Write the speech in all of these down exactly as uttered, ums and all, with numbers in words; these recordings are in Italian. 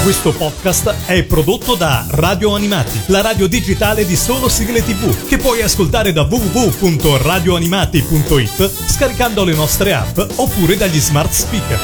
Questo podcast è prodotto da Radio Animati, la radio digitale di solo sigle tivù, che puoi ascoltare da w w w punto radio animati punto i t scaricando le nostre app oppure dagli smart speaker.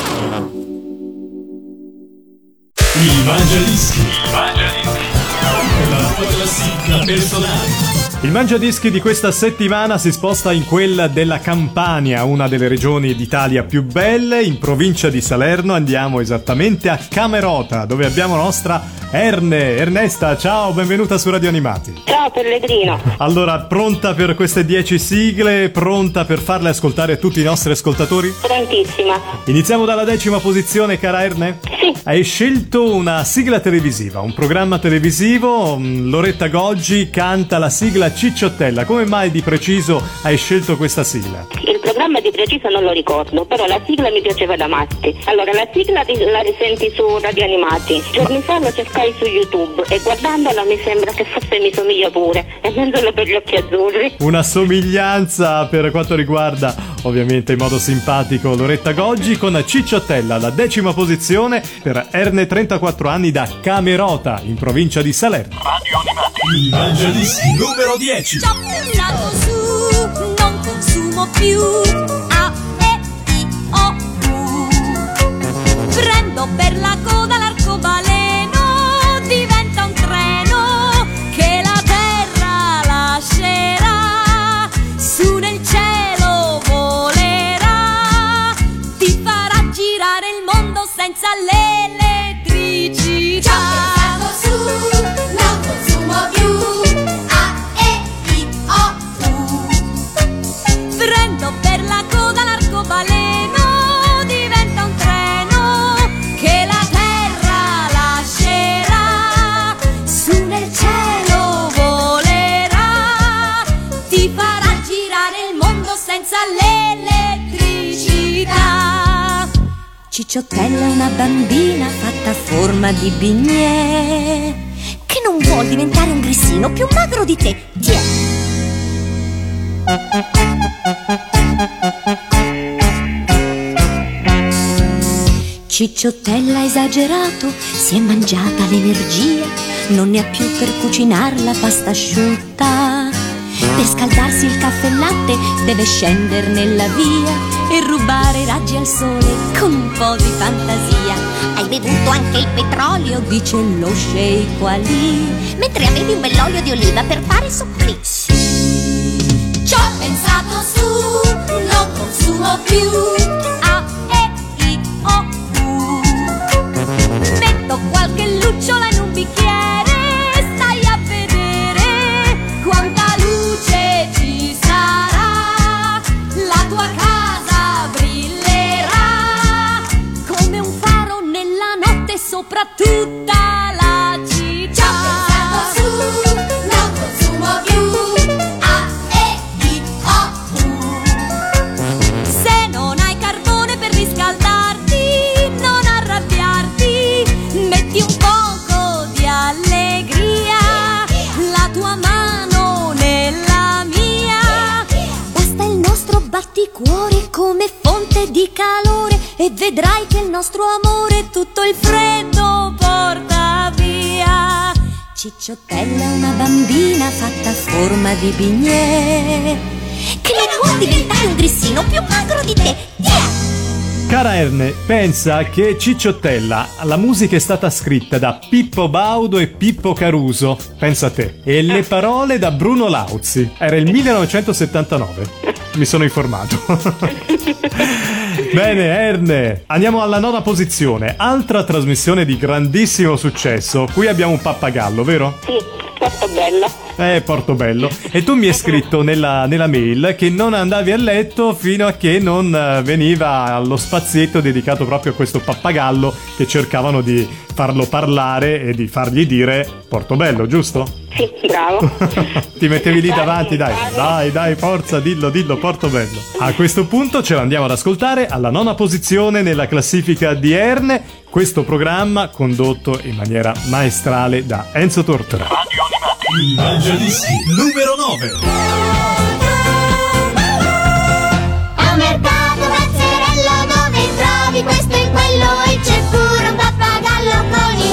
Il Mangiadischi. Il Mangiadischi. La tua classifica personale. Il Mangiadischi di questa settimana si sposta in quella della Campania, una delle regioni d'Italia più belle. In provincia di Salerno andiamo esattamente a Camerota, dove abbiamo la nostra Erne. Ernesta, ciao, benvenuta su Radio Animati. Ciao Pellegrino. Allora, pronta per queste dieci sigle? Pronta per farle ascoltare a tutti i nostri ascoltatori? Prontissima. Iniziamo dalla decima posizione, cara Erne? Sì. Hai scelto una sigla televisiva, un programma televisivo. Loretta Goggi canta la sigla Cicciottella. Come mai di preciso hai scelto questa sigla? Il programma di preciso non lo ricordo, però la sigla mi piaceva da matti. Allora, la sigla la risenti su Radio Animati. Giorni fa lo cercai su YouTube e guardandola mi sembra che forse mi somiglia pure, e non solo per gli occhi azzurri. Una somiglianza per quanto riguarda, ovviamente in modo simpatico, Loretta Goggi con Cicciottella, la decima posizione per Erne, trentaquattro anni, da Camerota, in provincia di Salerno. Radio Animati. Il Mangiadischi numero dieci. Ci ho pensato su, non consumo più A, E, I, O, U. Prendo per la coda l'arcobaleno, diventa un treno che la terra lascerà, su nel cielo volerà, ti farà girare il mondo senza l'elettricità. Ci ho pensato su, non consumo più A, E, I, O, U. Prendo per la coda l'arcobaleno, diventa un treno che la terra lascerà, su nel cielo volerà, ti farà girare il mondo senza l'elettricità. Cicciottella è una bambina fatta a forma di bignè, che non vuol diventare un grissino più magro di te. Tiè. Cicciottella ha esagerato, si è mangiata l'energia, non ne ha più per cucinar la pasta asciutta. Per scaldarsi il caffè e il latte deve scendere nella via e rubare raggi al sole con un po' di fantasia. Hai bevuto anche il petrolio, dice lo sceicco Ali, mentre avevi un bell'olio di oliva per fare supplì. Ci ho pensato su, non consumo più A, E, I, O, U. Metto qualche lucciola in un bicchiere, stai a vedere quanta luce ci sarà. La tua casa brillerà come un faro nella notte sopra tutta la città. Ci ho pensato su, non consumo più A, E, I, O, U. Se non hai carbone per riscaldarti, non arrabbiarti, metti un poco di allegria, la tua mano nella mia. Basta il nostro batticuore come fonte di calore e vedrai che il nostro amore tutto il freddo porta via. Cicciottella è una bambina fatta a forma di bignè, che non vuol diventare un grissino più magro di te. Yeah! Cara Erne, pensa che Cicciottella, la musica è stata scritta da Pippo Baudo e Pippo Caruso, pensa a te, e le parole da Bruno Lauzi. Era il millenovecentosettantanove, mi sono informato. Bene Erne, andiamo alla nona posizione, altra trasmissione di grandissimo successo. Qui abbiamo un pappagallo, vero? Sì, Portobello. Eh, Portobello. E tu mi hai scritto nella, nella mail che non andavi a letto fino a che non veniva allo spazietto dedicato proprio a questo pappagallo, che cercavano di farlo parlare e di fargli dire Portobello, giusto? Sì, bravo. Ti mettevi lì davanti, dai, dai, dai, forza, dillo, dillo, Portobello. A questo punto ce l'andiamo ad ascoltare alla nona posizione nella classifica di Erne, questo programma condotto in maniera maestrale da Enzo Tortora. Radio Animati. Il Mangiadischi numero nove. A mercato, Mazzarello, dove trovi questo e quello, e c'è pure un pappagallo con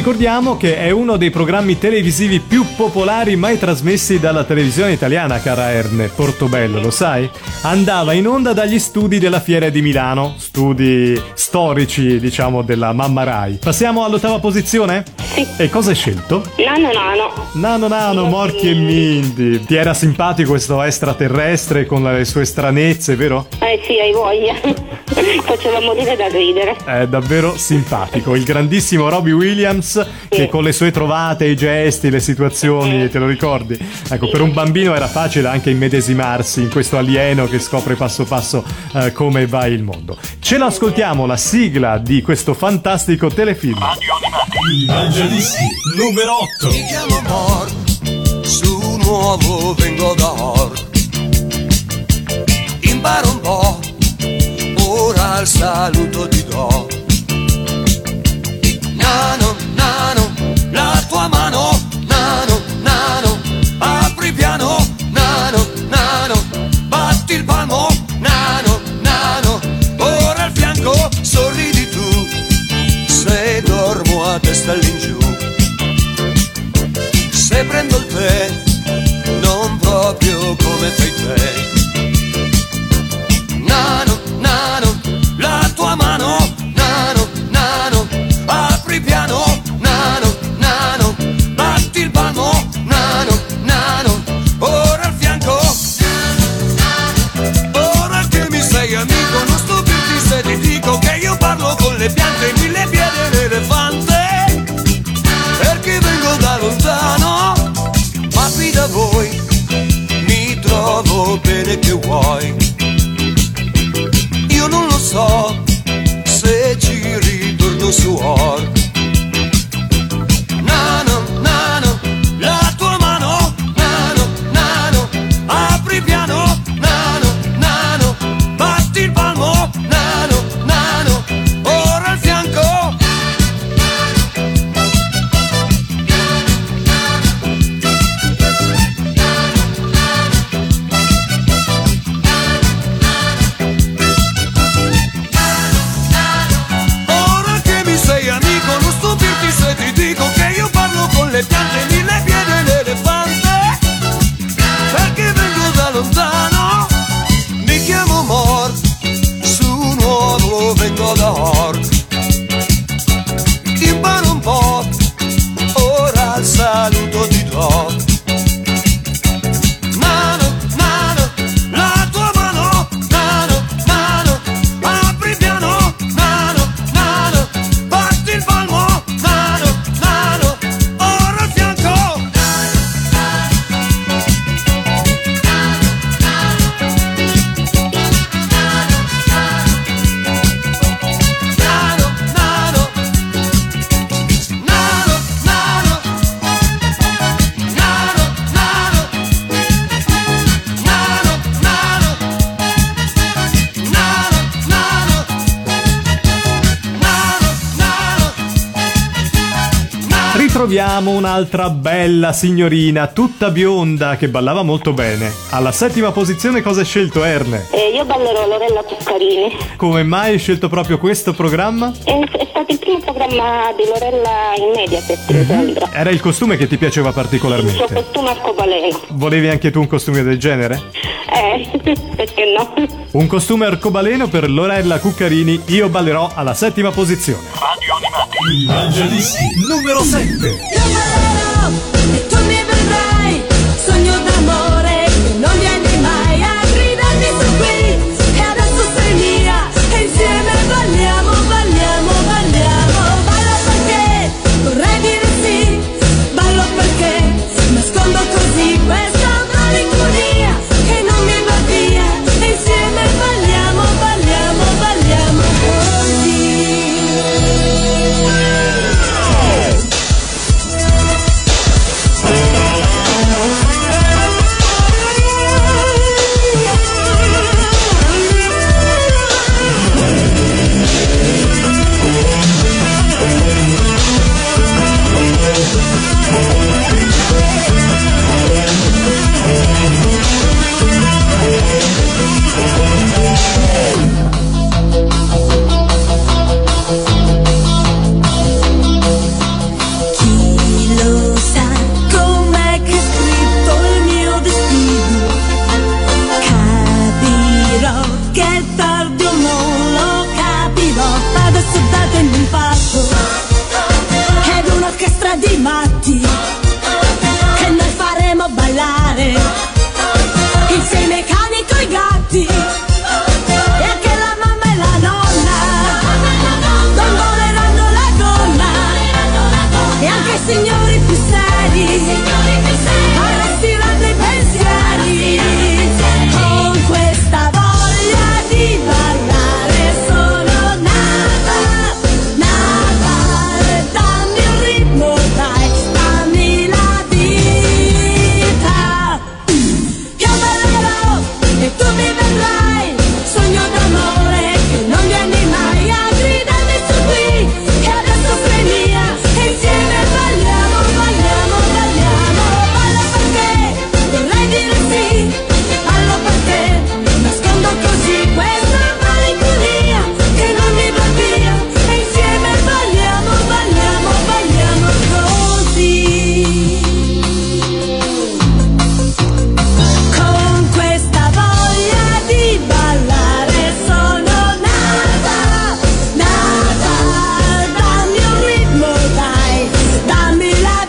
ricordiamo che è uno dei programmi televisivi più popolari mai trasmessi dalla televisione italiana, cara Erne. Portobello, lo sai? Andava in onda dagli studi della Fiera di Milano, studi storici, diciamo, della mamma Rai. Passiamo all'ottava posizione? Sì. E cosa hai scelto? Nano Nano. Nano Nano, Morchi e Mindy. Ti era simpatico questo extraterrestre con le sue stranezze, vero? Eh sì, hai voglia. Faceva morire da ridere. È davvero simpatico. Il grandissimo Robbie Williams, sì, che con le sue trovate, i gesti, le situazioni, sì, te lo ricordi? Ecco, sì, per un bambino era facile anche immedesimarsi in questo alieno che scopre passo passo eh, come va il mondo. Ce l'ascoltiamo, la sigla di questo fantastico telefilm. Radio Animati. I Mangiadischi numero otto. Mi chiamo Mor, su nuovo vengo da Or. Imparo un po', ora il saluto ti do. Nano, nano, la tua mano, nano, nano, apri piano, nano, nano, batti il palmo, nano, nano, ora al fianco sorridi tu, se dormo a testa all'ingiù, se prendo il tè, non proprio come fai te. Nano, nano, la tua mano, nano, nano, apri piano, nano, nano, batti il palmo, nano, nano, ora al fianco. Ora che mi sei amico, non stupirti se ti dico che io parlo con le piante, mille piedi l'elefante, perché vengo da lontano, ma qui da voi mi trovo bene che vuoi. Io non lo so se ci ritorno su Or. Nano, nano, la tua mano, nano, nano, apri piano, nano, nano, batti il palmo, nano, nano, ora al fianco. Le piante, mille piedi l'elefante, perché vengo da lontano, mi chiamo Mor, su nuovo vengo da Or. Imparo un po', ora il saluto ti do. Mano, mano, la tua mano, mano, mano, apri piano, mano, mano, batti il palmo, mano, mano, Ritroviamo un'altra bella signorina, tutta bionda, che ballava molto bene. Alla settima posizione cosa hai scelto, Erne? Eh, io ballerò Lorella Cuccarini. Come mai hai scelto proprio questo programma? È, è stato il primo programma di Lorella in Mediaset, mi sembra. Era il costume che ti piaceva particolarmente? Il suo costume arcobaleno. Volevi anche tu un costume del genere? Eh, perché no? Un costume arcobaleno per Lorella Cuccarini, io ballerò alla settima posizione. Radio Animati. I Mangiadischi numero sette. Io ballerò e tu mi vedrai, sogno d'amore che non vieni mai a gridarmi su qui, e adesso sei mia e insieme balliamo, balliamo, balliamo. Ballo perché vorrei dire sì, ballo perché nascondo così questa malinconia che non mi va via, e insieme balliamo, balliamo, balliamo così. arrostirando i pensieri, con questa voglia di ballare sono nata, nata, dammi un ritmo, dai, dammi la vita. Io ballerò e tu mi vedrai, sogno d'amore che non vieni mai a gridarmi su qui, che adesso sei mia e insieme balliamo, balliamo, balliamo. Ballo perché vorrei dire sì, ballo perché nascondo così questa malinconia che non mi va via, e insieme balliamo, balliamo, balliamo così. Con questa voglia di ballare sono nata, nata, dammi un ritmo, dai, dammi la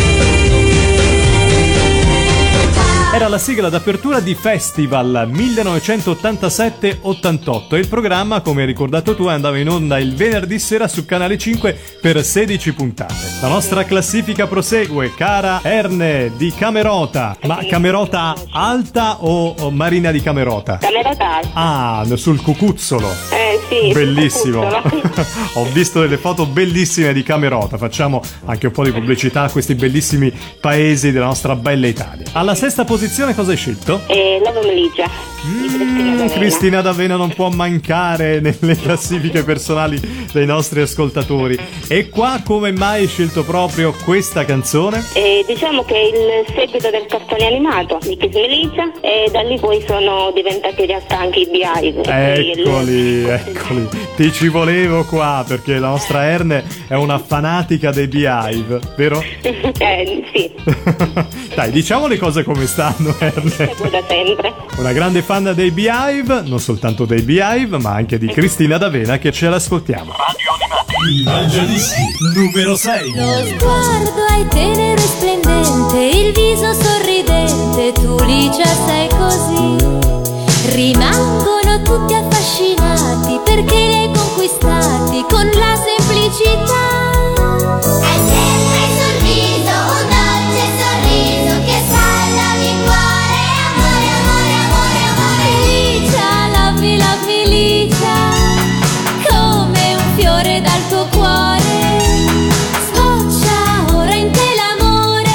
vita. Era la sigla d'apertura di Festival millenovecentottantasette ottantotto e il programma, come hai ricordato tu, andava in onda il venerdì sera su Canale cinque per sedici puntate. La nostra classifica prosegue, cara Erne di Camerota. Ma Camerota alta o, o Marina di Camerota? Camerota alta. Ah, sul cucuzzolo. Eh sì. Bellissimo. Cucuzzolo. Ho visto delle foto bellissime di Camerota. Facciamo anche un po' di pubblicità a questi bellissimi paesi della nostra bella Italia. Alla sesta posizione cosa hai scelto? E Love Meligia di Cristina Mm, D'Avena. Cristina D'Avena non può mancare nelle classifiche personali dei nostri ascoltatori. E qua come mai hai scelto proprio questa canzone? E diciamo che è il seguito del cartone animato di Kiss Milicia, e da lì poi sono diventati in realtà anche i Beehive. Eccoli, eccoli. Ti ci volevo qua perché la nostra Erne è una fanatica dei Beehive, vero? eh, sì, Dai, diciamo le cose come stanno, Erne. seguo da sempre. Una grande fan dei Beehive, non soltanto dei Beehive, ma anche di Cristina D'Avena, che ce l'ascoltiamo. Il Mangiadischi numero sei. Lo sguardo hai tenero e splendente, il viso sorridente, tu Licia sei così. Rimangono tutti affascinati perché li hai conquistati con la semplicità. Hai sempre il sorriso, un dolce sorriso che salva il cuore. Amore, amore, amore, amore. Licia, love me, love me, Licia, come un fiore dal tuo cuore. Sboccia ora in te l'amore.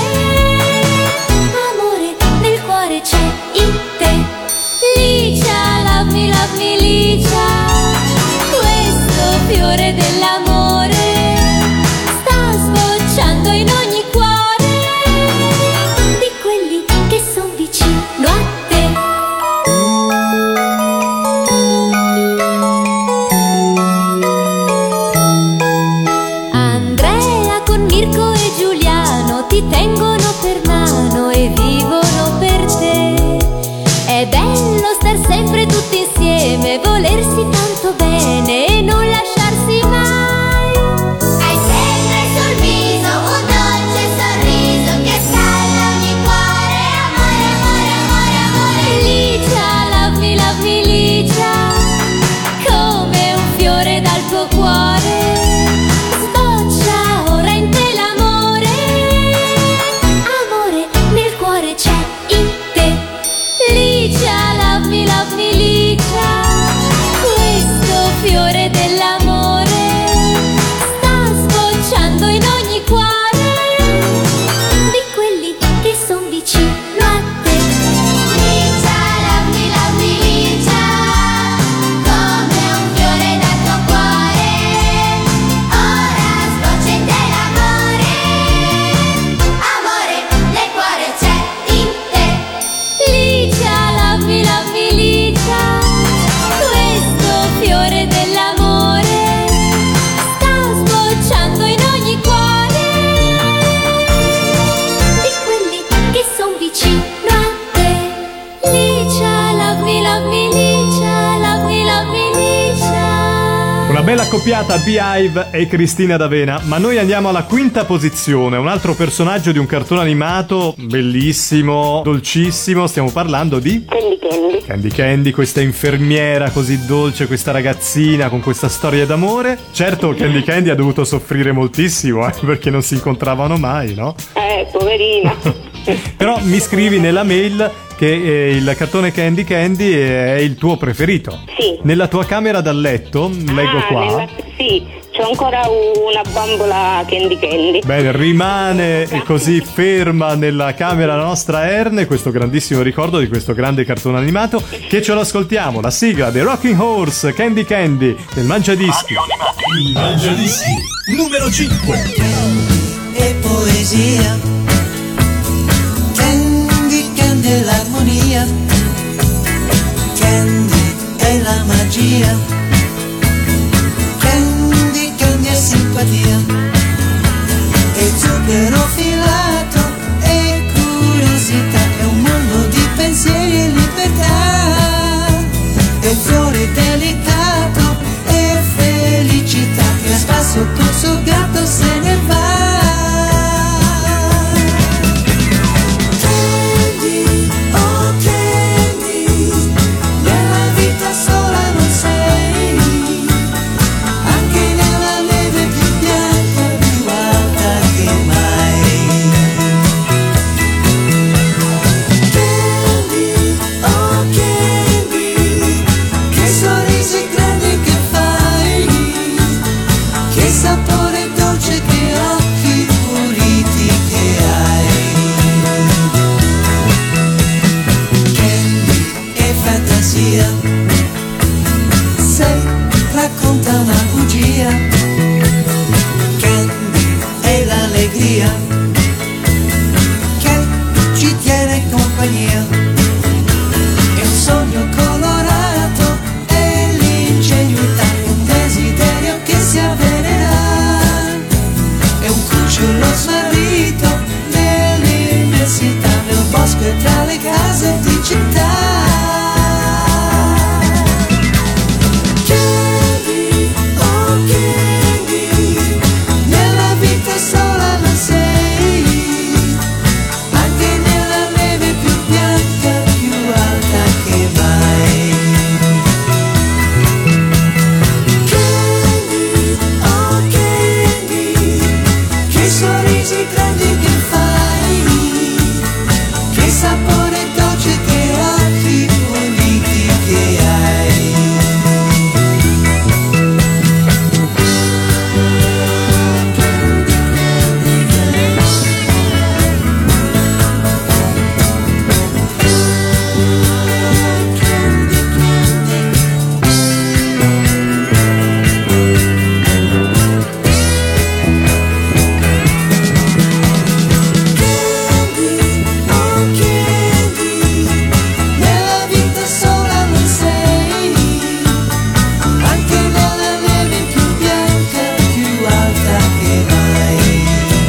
Bella accoppiata Beehive e Cristina D'Avena. Ma noi andiamo alla quinta posizione, un altro personaggio di un cartone animato bellissimo, dolcissimo. Stiamo parlando di Candy Candy. Candy Candy, questa infermiera così dolce, questa ragazzina con questa storia d'amore. Certo, Candy Candy ha dovuto soffrire moltissimo, eh, perché non si incontravano mai, no? Eh, poverina. Però mi scrivi nella mail che eh, il cartone Candy Candy è il tuo preferito. Sì. Nella tua camera da letto, leggo Ah, qua. nella- Sì, c'ho ancora una bambola Candy Candy. Bene, rimane così ferma nella camera la nostra Erne, questo grandissimo ricordo di questo grande cartone animato, che ce lo ascoltiamo, la sigla dei Rocking Horse, Candy Candy, del Mangiadischi. Il Mangiadischi numero cinque. E poesia, Candy Candy è l'armonia, Candy è la magia, Candy Candy è simpatia, e zucchero filato e curiosità, è un mondo di pensieri e libertà, è un fiore delicato e felicità, che a spasso col suo gatto se ne va. Candy, oh Candy, nella vita sola non sei, anche nella neve più bianca, più alta che mai. Candy, oh Candy, che sorrisi grandi che fai, che sapore dolce, che occhi puliti che hai. Candy e fantasia, se racconta una bugia, Candy è l'allegria che ci tiene compagnia, è un sogno colorato e l'ingenuità, è un desiderio che si avvererà, è un cucciolo smarrito nell'immensità, nel bosco e tra le case di città. Candy, oh Candy, nella vita sola non sei, anche nella neve più bianca, più alta che mai. Candy, oh Candy, che sorrisi grandi che fai, che sapore dolce, che occhi puliti che hai. Candy, oh Candy, nella vita sola non sei, anche nella neve più bianca, più alta che mai.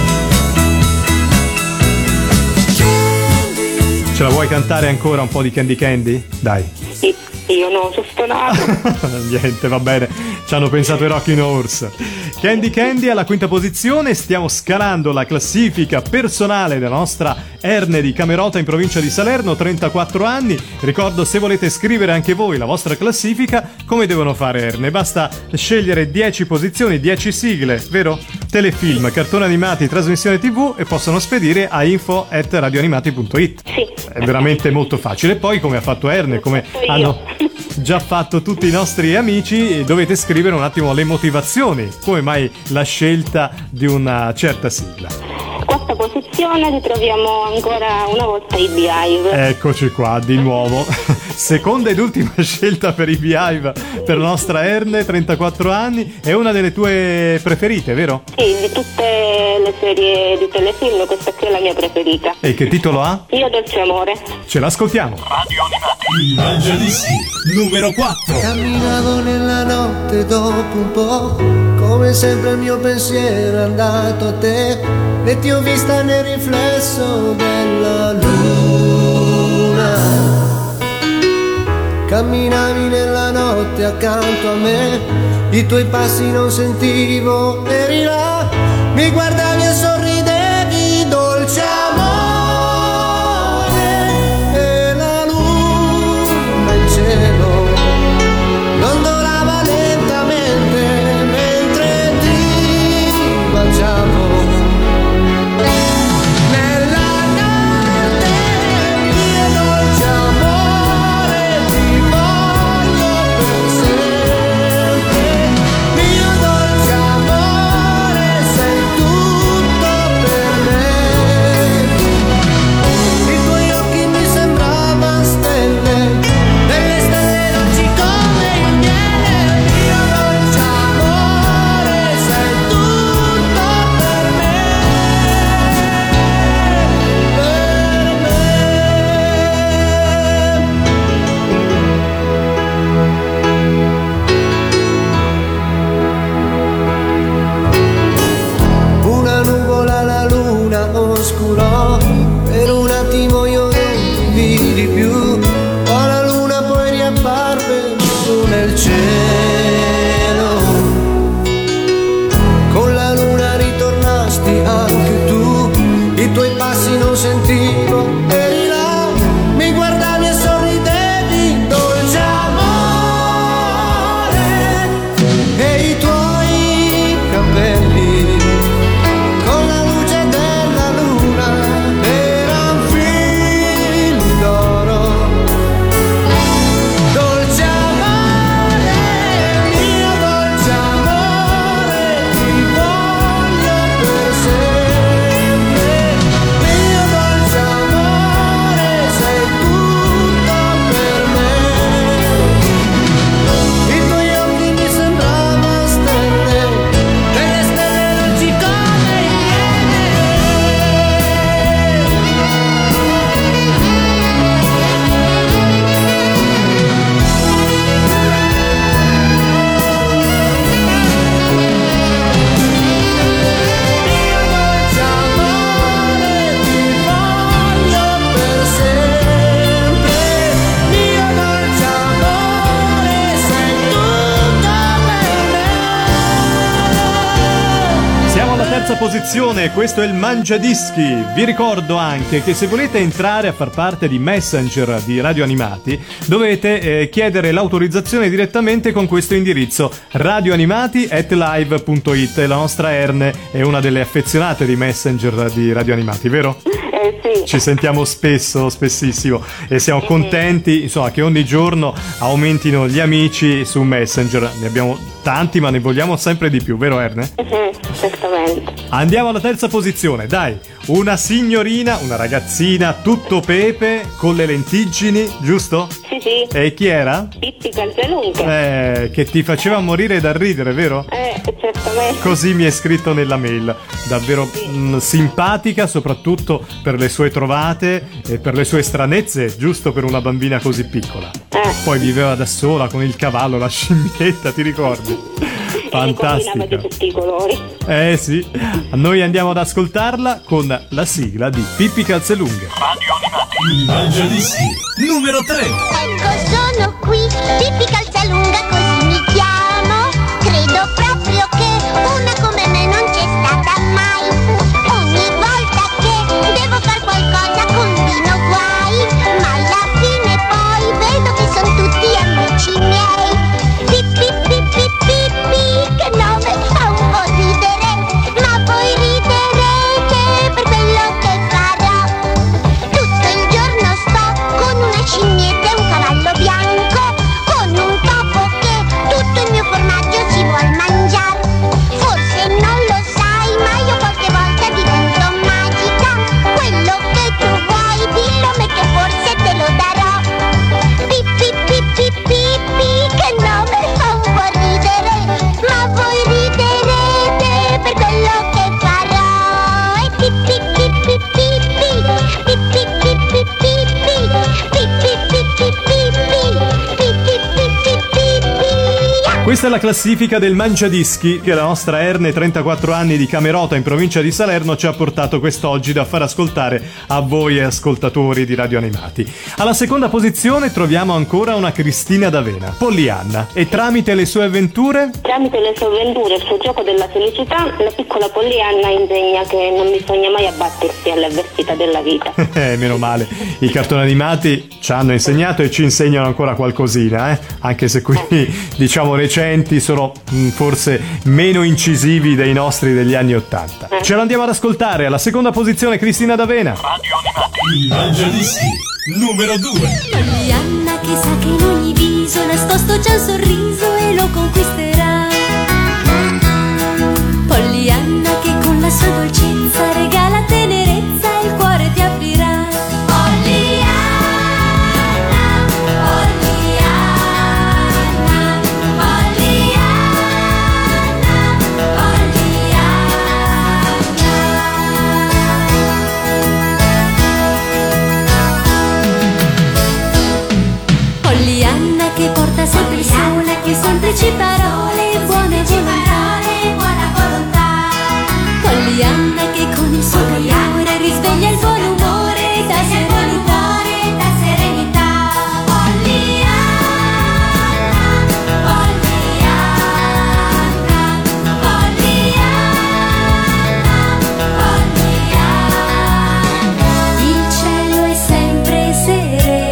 Candy. Ce la vuoi cantare ancora un po' di Candy Candy? Dai. Sì, io non sono stonato. Niente, va bene, ci hanno pensato i Rocking Horse. Candy Candy alla quinta posizione, stiamo scalando la classifica personale della nostra Erne di Camerota in provincia di Salerno, trentaquattro anni. Ricordo, se volete scrivere anche voi la vostra classifica, come devono fare Erne? Basta scegliere dieci posizioni, dieci sigle, vero? Telefilm, cartoni animati, trasmissione tv, e possono spedire a info at radioanimati punto it. Sì. È veramente molto facile. Poi, come ha fatto Erne, come Io. hanno già fatto tutti i nostri amici, dovete scrivere un attimo le motivazioni, come mai la scelta di una certa sigla. Quarta posizione ritroviamo ancora una volta i Beehive. Eccoci qua di nuovo. Seconda ed ultima scelta per i Beehive per la nostra Erne, trentaquattro anni. È una delle tue preferite, vero? Sì, di tutte le serie di telefilm questa qui è la mia preferita. E che titolo ha? Io dolce amore. Ce l'ascoltiamo. Il Mangiadischi numero quattro. Camminavo nella notte dopo un po', come sempre il mio pensiero è andato a te, e ti ho vista nel riflesso della luna. Camminavi nella notte accanto a me, i tuoi passi non sentivo, eri là, mi guardavi e sorridevi, dolce amore, e la luna in cielo dondolava lentamente mentre ti baciavo. Oscurò, per un attimo io non ti vidi più, poi la luna poi riapparve su nel cielo, con la luna ritornasti anche tu, i tuoi passi non sentivo, eri là, mi guardavi e sorridevi, dolce amore, e i tuoi capelli posizione, questo è il Mangiadischi. Vi ricordo anche che se volete entrare a far parte di Messenger di Radio Animati dovete eh, chiedere l'autorizzazione direttamente con questo indirizzo radioanimati at live punto it. La nostra Erne è una delle affezionate di Messenger di Radio Animati, vero? Eh sì. Ci sentiamo spesso, spessissimo e siamo mm-hmm. contenti insomma che ogni giorno aumentino gli amici su Messenger. Ne abbiamo tanti ma ne vogliamo sempre di più, vero Erne? Mm-hmm, certamente. Andiamo alla terza posizione, dai. Una signorina, una ragazzina, tutto pepe, con le lentiggini, giusto? Sì, sì. E chi era? Pippi Calzelunghe. Eh, che ti faceva morire da ridere, vero? Eh, certamente. Così mi è scritto nella mail. Davvero sì. mh, simpatica, soprattutto per le sue trovate e per le sue stranezze, giusto per una bambina così piccola. Eh. Poi viveva da sola con il cavallo, la scimmietta, ti ricordi? Fantastica. Di tutti i colori. Eh sì. Noi andiamo ad ascoltarla con la sigla di Pippi Calzelunghe. Radio Animati. Il Mangiadischi numero tre. Ecco, sono qui, Pippi Calzelunga, così mi chiamo. Credo proprio che una come me non c'è stata mai. Ogni volta che devo far qualcosa combino guai, ma alla fine poi vedo che sono tutti amici miei. Pippi, Pippi, Pippi, che nome fa un po' ridere, ma voi riderete per quello che farò. Tutto il giorno sto con una scimmietta e un cavallo bianco, con un topo che tutto il mio formaggio si vuol mangiare. Forse non lo sai, ma io qualche volta Questa è la classifica del Mangiadischi che la nostra Erne, trentaquattro anni di Camerota in provincia di Salerno, ci ha portato quest'oggi da far ascoltare a voi ascoltatori di Radio Animati. Alla seconda posizione troviamo ancora una Cristina D'Avena, Pollyanna, e tramite le sue avventure? Tramite le sue avventure e il suo gioco della felicità, la piccola Pollyanna insegna che non bisogna mai abbattersi alle avversità della vita. Eh, meno male. I cartoni animati ci hanno insegnato e ci insegnano ancora qualcosina, eh? Anche se qui, diciamo, recenti sono mh, forse meno incisivi dei nostri degli anni Ottanta. Eh. Ce lo andiamo ad ascoltare alla seconda posizione, Cristina D'Avena. Radio Animati. Il Mangiadischi numero due. Pollyanna che sa che in ogni viso nascosto c'è un sorriso e lo conquisterà. Pollyanna che con la sua dolcezza regala tenerezza e il cuore ti aprirà. Che porta sempre il sole, che semplici parole, buone volontà. Pollyanna che con il suo calore risveglia il buon umore, dà serenità. Pollyanna, Pollyanna, Pollyanna, Pollyanna. Il cielo è sempre sereno.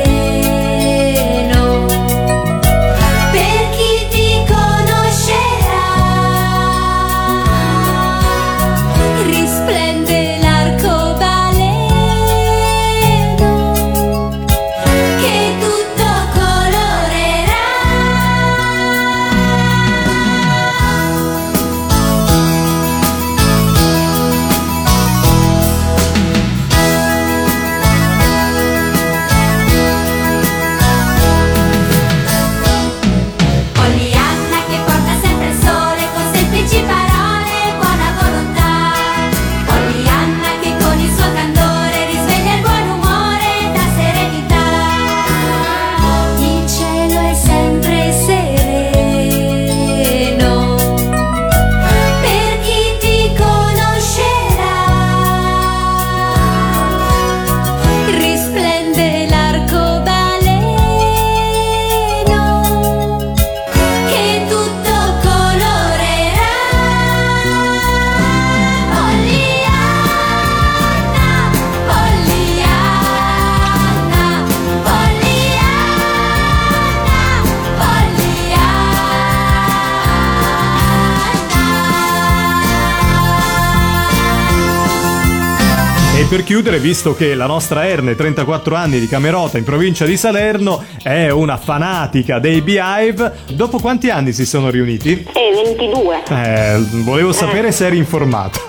Per chiudere, visto che la nostra Erne, trentaquattro anni di Camerota in provincia di Salerno, è una fanatica dei Beehive, dopo quanti anni si sono riuniti? Eh, ventidue. Eh, volevo sapere eh. se eri informata.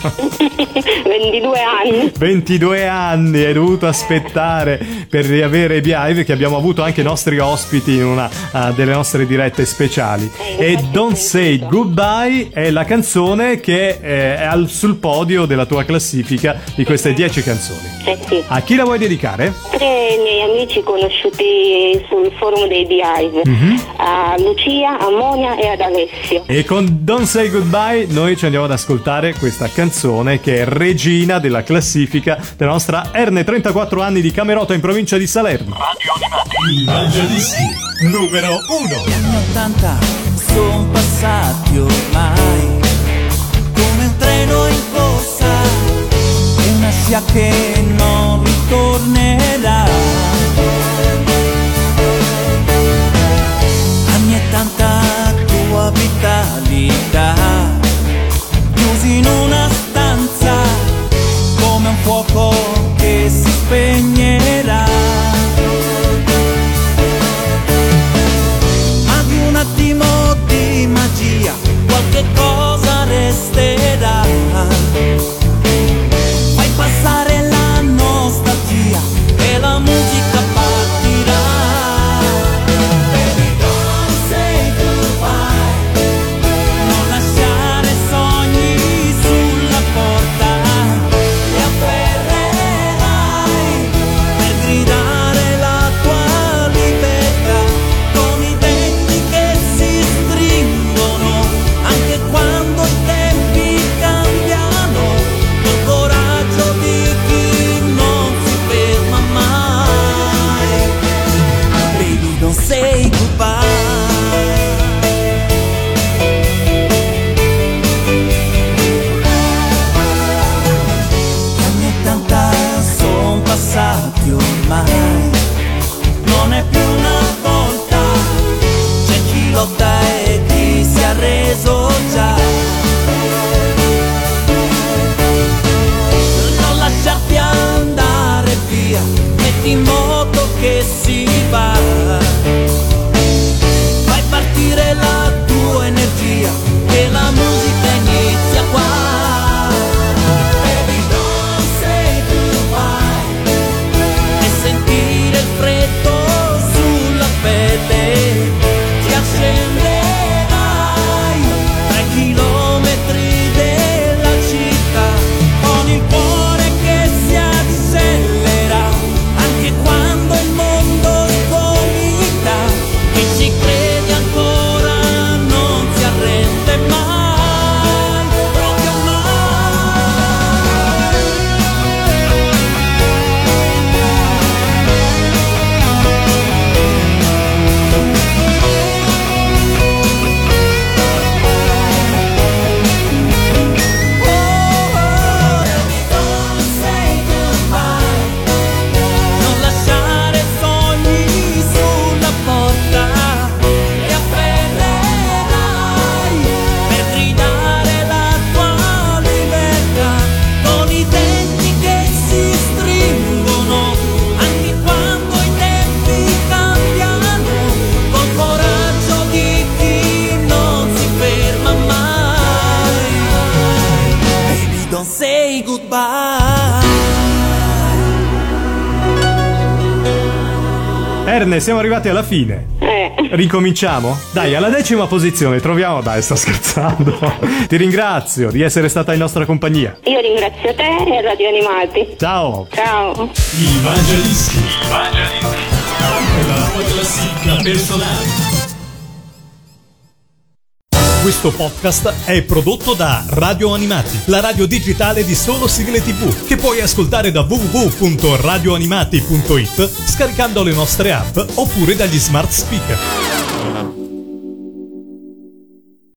ventidue anni. ventidue anni, hai dovuto aspettare per riavere i Beehive, che abbiamo avuto anche i nostri ospiti in una uh, delle nostre dirette speciali. Eh, e Don't Say Goodbye è la canzone che eh, è al, sul podio della tua classifica di queste dieci canzoni. Eh sì. A chi la vuoi dedicare? Tre miei amici conosciuti sul forum dei Beehive, mm-hmm. a Lucia, a Monia e ad Alessio. E con Don't Say Goodbye noi ci andiamo ad ascoltare questa canzone che è regina della classifica della nostra Erne, trentaquattro anni di Camerota in provincia di Salerno. Radio Animati. Il Mangiadischi numero uno. Gli anni ottanta sono passati ormai come un treno in corsa, una scia che non ritornerà. Anni e tanta tua vitalità, chiusi in una stanza come un fuoco che si spegnerà. Ma di un attimo di magia qualche cosa resterà. Fai passare l'anno più ormai, non è più una volta, c'è chi lotta e chi si è arreso già. Non lasciarti andare via, metti in moto che si va, fai partire la tua energia, che la musica inizia qua. Baby, don't say goodbye, e sentire il freddo sulla pelle, ti accenderai tra i chilometri della città, con il cuore che si accelera, anche quando il mondo sgomita, chi ci crede ancora non si arrende mai, proprio non lasciare sogni sulla porta, ti afferrerai per gridare la tua libertà, con i denti che si stringono, anche quando i tempi cambiano, col coraggio di chi non si ferma mai. Baby, don't say goodbye. Erne, siamo arrivati alla fine. Eh. Ricominciamo? Dai, alla decima posizione troviamo... Dai, sto scherzando. Ti ringrazio di essere stata in nostra compagnia. Io ringrazio te e Radio Animati. Ciao. Ciao. Il Mangiadischi. Il Mangiadischi. La tua classifica personale. Questo podcast è prodotto da Radio Animati, la radio digitale di solo sigle tivù, che puoi ascoltare da w w w punto radio animati punto it, scaricando le nostre app oppure dagli smart speaker.